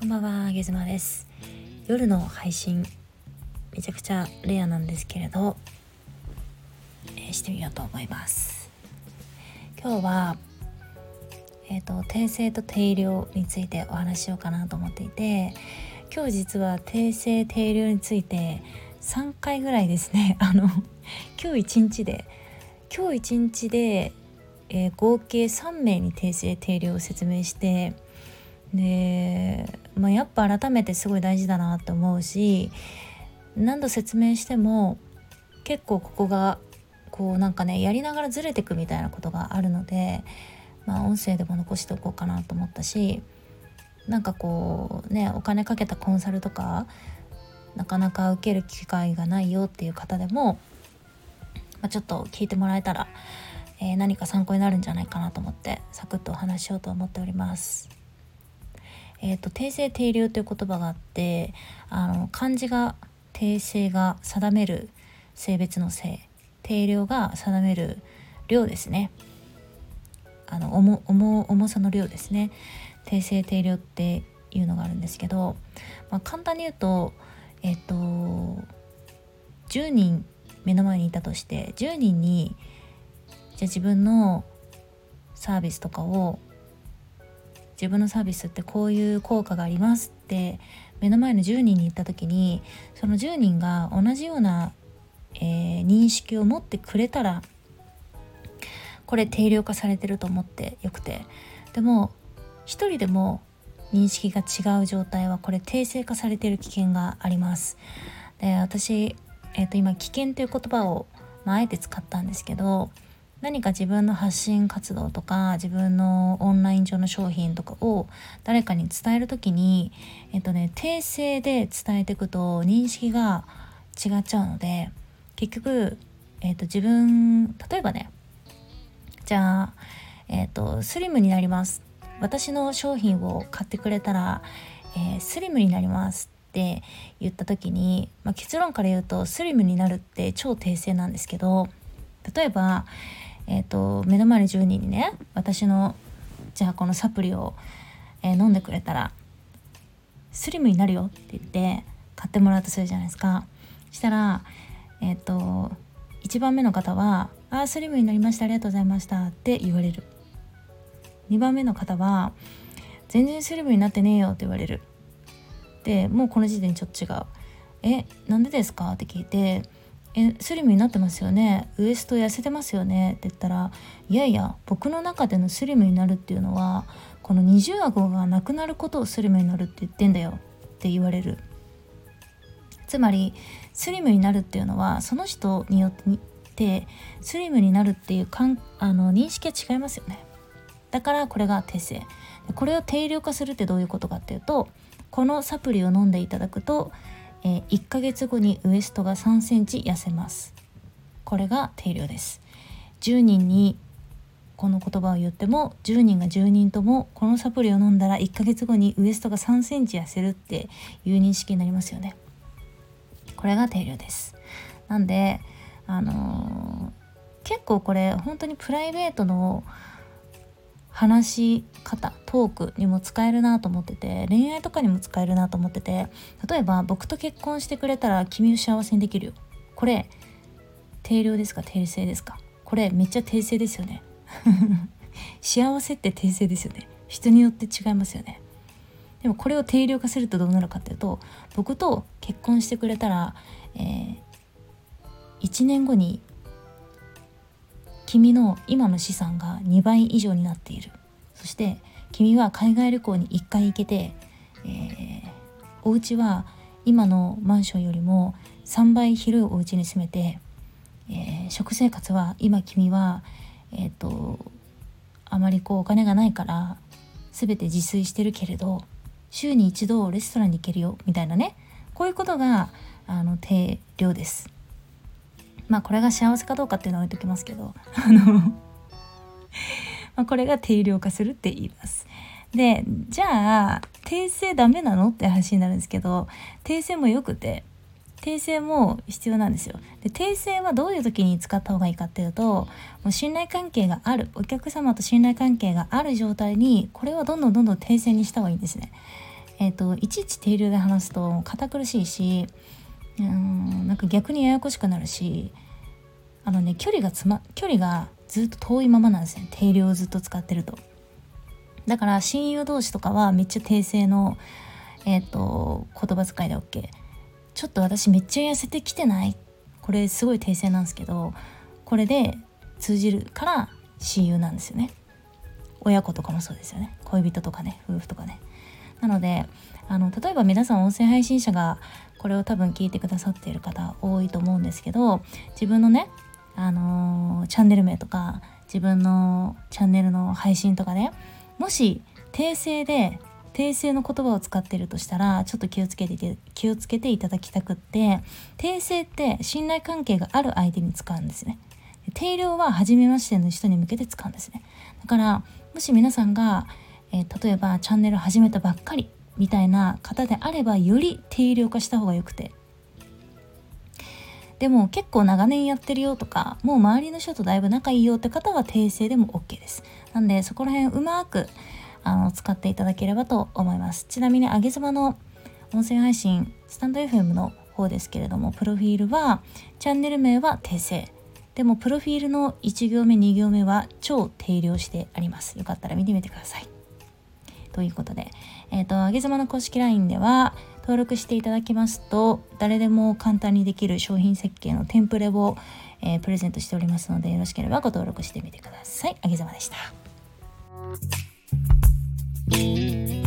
こんばんは、げずまです。夜の配信めちゃくちゃレアなんですけれど、してみようと思います。今日は、訂正と定量についてお話ししようかなと思っていて、今日実は訂正定量について3回ぐらいですね今日一日で、合計3名に訂正定量を説明して、で、やっぱ改めてすごい大事だなと思うし、何度説明しても結構ここがやりながらずれてくみたいなことがあるので、音声でも残しておこうかなと思ったし、お金かけたコンサルとかなかなか受ける機会がないよっていう方でも、ちょっと聞いてもらえたら、何か参考になるんじゃないかなと思ってサクッとお話ししようと思っております。訂正定量という言葉があって、漢字が訂正が定める性別の性、定量が定める量ですね。重さの量ですね。訂正定量っていうのがあるんですけど、簡単に言うと、10人目の前にいたとして、10人にじゃあ自分のサービスってこういう効果がありますって目の前の10人に言った時に、その10人が同じような、認識を持ってくれたら、これ定量化されてると思ってよくて、でも一人でも認識が違う状態はこれ訂正化されている危険があります。で、私、今危険という言葉を、あえて使ったんですけど、何か自分の発信活動とか自分のオンライン上の商品とかを誰かに伝えるときに、訂正で伝えていくと認識が違っちゃうので、結局、例えばね、じゃあ、スリムになります、私の商品を買ってくれたら、スリムになりますって言った時に、結論から言うとスリムになるって超訂正なんですけど、例えば目の前の10人にね、私のじゃあこのサプリを、飲んでくれたらスリムになるよって言って買ってもらうとするじゃないですか。したら、1番目の方はスリムになりました、ありがとうございましたって言われる。2番目の方は全然スリムになってねえよって言われる。で、もうこの時点でちょっと違う。なんでですかって聞いて、スリムになってますよね、ウエスト痩せてますよねって言ったら、いやいや、僕の中でのスリムになるっていうのはこの二重顎がなくなることをスリムになるって言ってんだよって言われる。つまりスリムになるっていうのはその人によってスリムになるっていう認識は違いますよね。だからこれが訂正。これを定量化するってどういうことかっていうと、このサプリを飲んでいただくと1ヶ月後にウエストが3センチ痩せます。これが定量です。10人にこの言葉を言っても、10人が10人ともこのサプリを飲んだら1ヶ月後にウエストが3センチ痩せるっていう認識になりますよね。これが定量です。なんで、結構これ本当にプライベートの話し方、トークにも使えるなと思ってて、恋愛とかにも使えるなと思ってて、例えば僕と結婚してくれたら君を幸せにできるよ、これ定量ですか訂正ですか？これめっちゃ訂正ですよね幸せって訂正ですよね。人によって違いますよね。でもこれを定量化するとどうなるかっていうと、僕と結婚してくれたら、1年後に君の今の資産が2倍以上になっている。そして君は海外旅行に1回行けて、お家は今のマンションよりも3倍広いお家に住めて、食生活は今君は、あまりお金がないから全て自炊してるけれど、週に一度レストランに行けるよみたいなね、こういうことが定量です。これが幸せかどうかっていうのは置いときますけどこれが定量化するって言います。で、じゃあ訂正ダメなのって話になるんですけど、訂正もよくて、訂正も必要なんですよ。で、訂正はどういう時に使った方がいいかっていうと、もう信頼関係がある、お客様と信頼関係がある状態にこれはどんどん訂正にした方がいいんですね。 いちいち定量で話すと堅苦しいし、なんか逆にややこしくなるし、距離がずっと遠いままなんですね、定量をずっと使ってると。だから親友同士とかはめっちゃ訂正の言葉遣いで OK。 ちょっと私めっちゃ痩せてきてない、これすごい訂正なんですけど、これで通じるから親友なんですよね。親子とかもそうですよね、恋人とかね、夫婦とかね。なので例えば皆さん音声配信者がこれを多分聞いてくださっている方多いと思うんですけど、自分のねチャンネル名とか自分のチャンネルの配信とかね、もし訂正の言葉を使っているとしたら、ちょっと気をつけていただきたくって、訂正って信頼関係がある相手に使うんですね。定量は初めましての人に向けて使うんですね。だからもし皆さんが、例えばチャンネル始めたばっかりみたいな方であれば、より定量化した方がよくて、でも結構長年やってるよとか、もう周りの人とだいぶ仲いいよって方は訂正でも OK です。なんでそこら辺うまく使っていただければと思います。ちなみにあげずまの音声配信スタンド FM の方ですけれども、プロフィールはチャンネル名は訂正でも、プロフィールの1行目2行目は超定量してあります。よかったら見てみてください。ということで、あげずまの公式 LINE では登録していただきますと、誰でも簡単にできる商品設計のテンプレを、プレゼントしておりますので、よろしければご登録してみてください。あげずまでした。